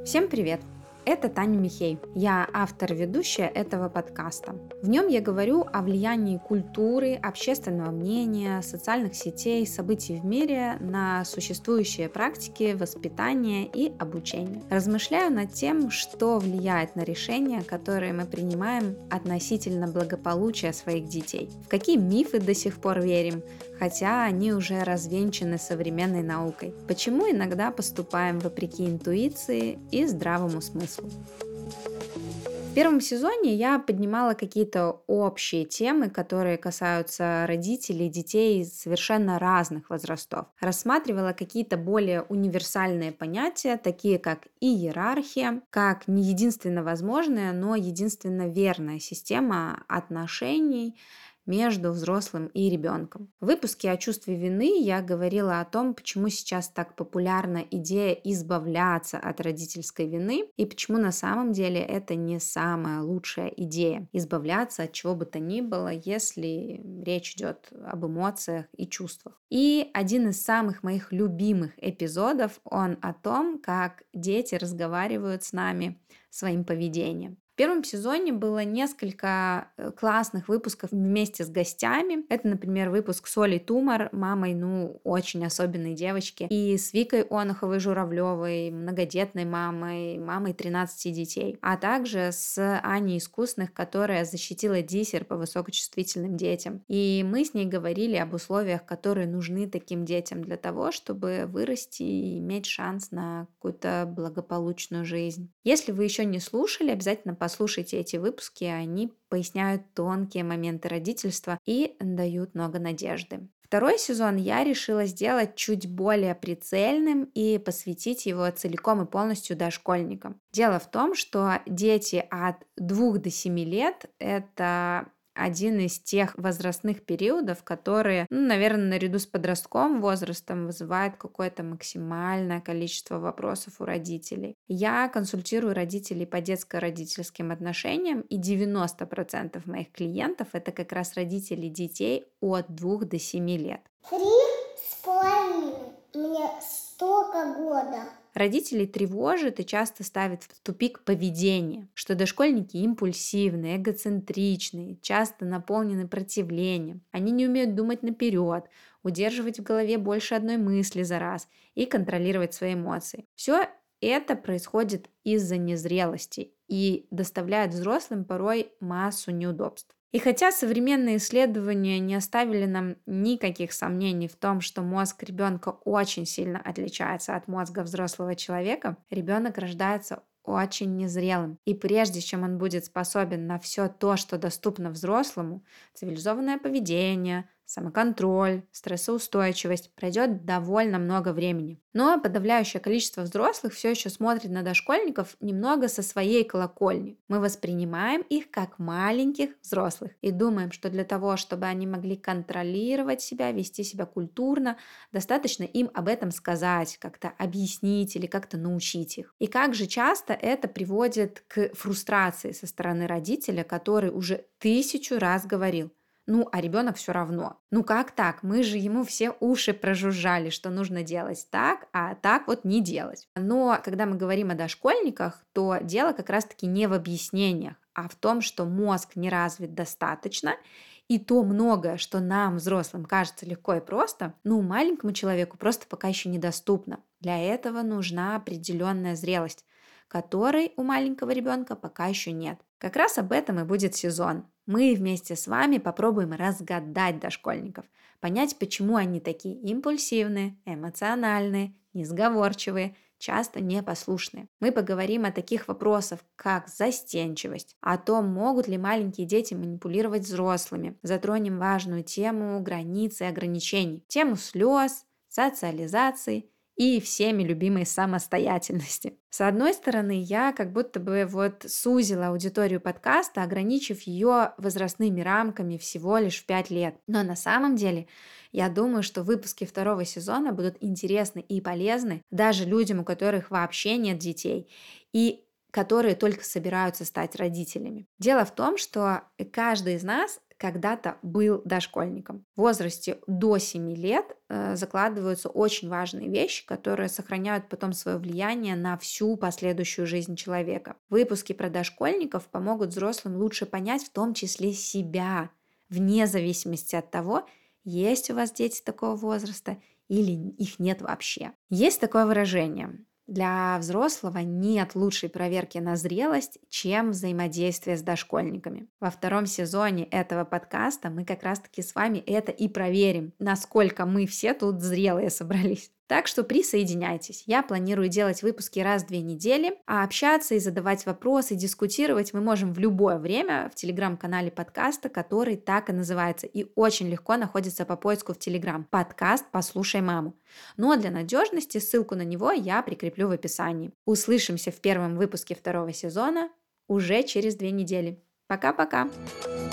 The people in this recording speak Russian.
Всем привет! Это Таня Михей. Я автор-ведущая этого подкаста. В нем я говорю о влиянии культуры, общественного мнения, социальных сетей, событий в мире на существующие практики воспитания и обучения. Размышляю над тем, что влияет на решения, которые мы принимаем относительно благополучия своих детей. В какие мифы до сих пор верим, хотя они уже развенчаны современной наукой. Почему иногда поступаем вопреки интуиции и здравому смыслу. В первом сезоне я поднимала какие-то общие темы, которые касаются родителей и детей совершенно разных возрастов. Рассматривала какие-то более универсальные понятия, такие как иерархия, как не единственно возможная, но единственно верная система отношений между взрослым и ребенком. В выпуске о чувстве вины я говорила о том, почему сейчас так популярна идея избавляться от родительской вины и почему на самом деле это не самая лучшая идея избавляться от чего бы то ни было, если речь идет об эмоциях и чувствах. И один из самых моих любимых эпизодов, он о том, как дети разговаривают с нами своим поведением. В первом сезоне было несколько классных выпусков вместе с гостями. Это, например, выпуск с Олей Тумар, мамой, очень особенной девочки, и с Викой Онуховой-Журавлевой, многодетной мамой 13 детей, а также с Аней Искусных, которая защитила диссер по высокочувствительным детям. И мы с ней говорили об условиях, которые нужны таким детям для того, чтобы вырасти и иметь шанс на какую-то благополучную жизнь. Если вы еще не слушали, обязательно послушайте эти выпуски, они поясняют тонкие моменты родительства и дают много надежды. Второй сезон я решила сделать чуть более прицельным и посвятить его целиком и полностью дошкольникам. Дело в том, что дети от 2 до 7 лет – это один из тех возрастных периодов, которые, наверное, наряду с подростковым возрастом вызывают какое-то максимальное количество вопросов у родителей. Я консультирую родителей по детско-родительским отношениям, и 90% моих клиентов – это как раз родители детей от 2 до 7 лет. 3,5. Мне столько года. Родителей тревожит и часто ставит в тупик поведение, что дошкольники импульсивные, эгоцентричные, часто наполнены противлением. Они не умеют думать наперед, удерживать в голове больше одной мысли за раз и контролировать свои эмоции. Все это происходит из-за незрелости и доставляет взрослым порой массу неудобств. И хотя современные исследования не оставили нам никаких сомнений в том, что мозг ребенка очень сильно отличается от мозга взрослого человека, ребенок рождается очень незрелым. И прежде чем он будет способен на все то, что доступно взрослому, цивилизованное поведение, самоконтроль, стрессоустойчивость, пройдет довольно много времени. Но подавляющее количество взрослых все еще смотрит на дошкольников немного со своей колокольни. Мы воспринимаем их как маленьких взрослых и думаем, что для того, чтобы они могли контролировать себя, вести себя культурно, достаточно им об этом сказать, как-то объяснить или как-то научить их. И как же часто это приводит к фрустрации со стороны родителя, который уже 1000 раз говорил: а ребенок все равно. Как так? Мы же ему все уши прожужжали, что нужно делать так, а так вот не делать. Но когда мы говорим о дошкольниках, то дело как раз-таки не в объяснениях, а в том, что мозг не развит достаточно, и то многое, что нам, взрослым, кажется легко и просто, маленькому человеку просто пока еще недоступно. Для этого нужна определенная зрелость, которой у маленького ребенка пока еще нет. Как раз об этом и будет сезон. Мы вместе с вами попробуем разгадать дошкольников, понять, почему они такие импульсивные, эмоциональные, несговорчивые, часто непослушные. Мы поговорим о таких вопросах, как застенчивость, о том, могут ли маленькие дети манипулировать взрослыми. Затронем важную тему границ и ограничений, тему слез, социализации и всеми любимой самостоятельности. С одной стороны, я как будто бы сузила аудиторию подкаста, ограничив ее возрастными рамками всего лишь в 5 лет. Но на самом деле, я думаю, что выпуски 2 сезона будут интересны и полезны даже людям, у которых вообще нет детей, и которые только собираются стать родителями. Дело в том, что каждый из нас когда-то был дошкольником. В возрасте до 7 лет закладываются очень важные вещи, которые сохраняют потом свое влияние на всю последующую жизнь человека. Выпуски про дошкольников помогут взрослым лучше понять в том числе себя, вне зависимости от того, есть у вас дети такого возраста или их нет вообще. Есть такое выражение: для взрослого нет лучшей проверки на зрелость, чем взаимодействие с дошкольниками. Во втором сезоне этого подкаста мы как раз-таки с вами это и проверим, насколько мы все тут зрелые собрались. Так что присоединяйтесь. Я планирую делать выпуски раз в 2 недели, а общаться и задавать вопросы, дискутировать мы можем в любое время в телеграм-канале подкаста, который так и называется и очень легко находится по поиску в телеграм. Подкаст «Послушай маму». Ну а для надежности ссылку на него я прикреплю в описании. Услышимся в первом выпуске второго сезона уже через 2 недели. Пока-пока!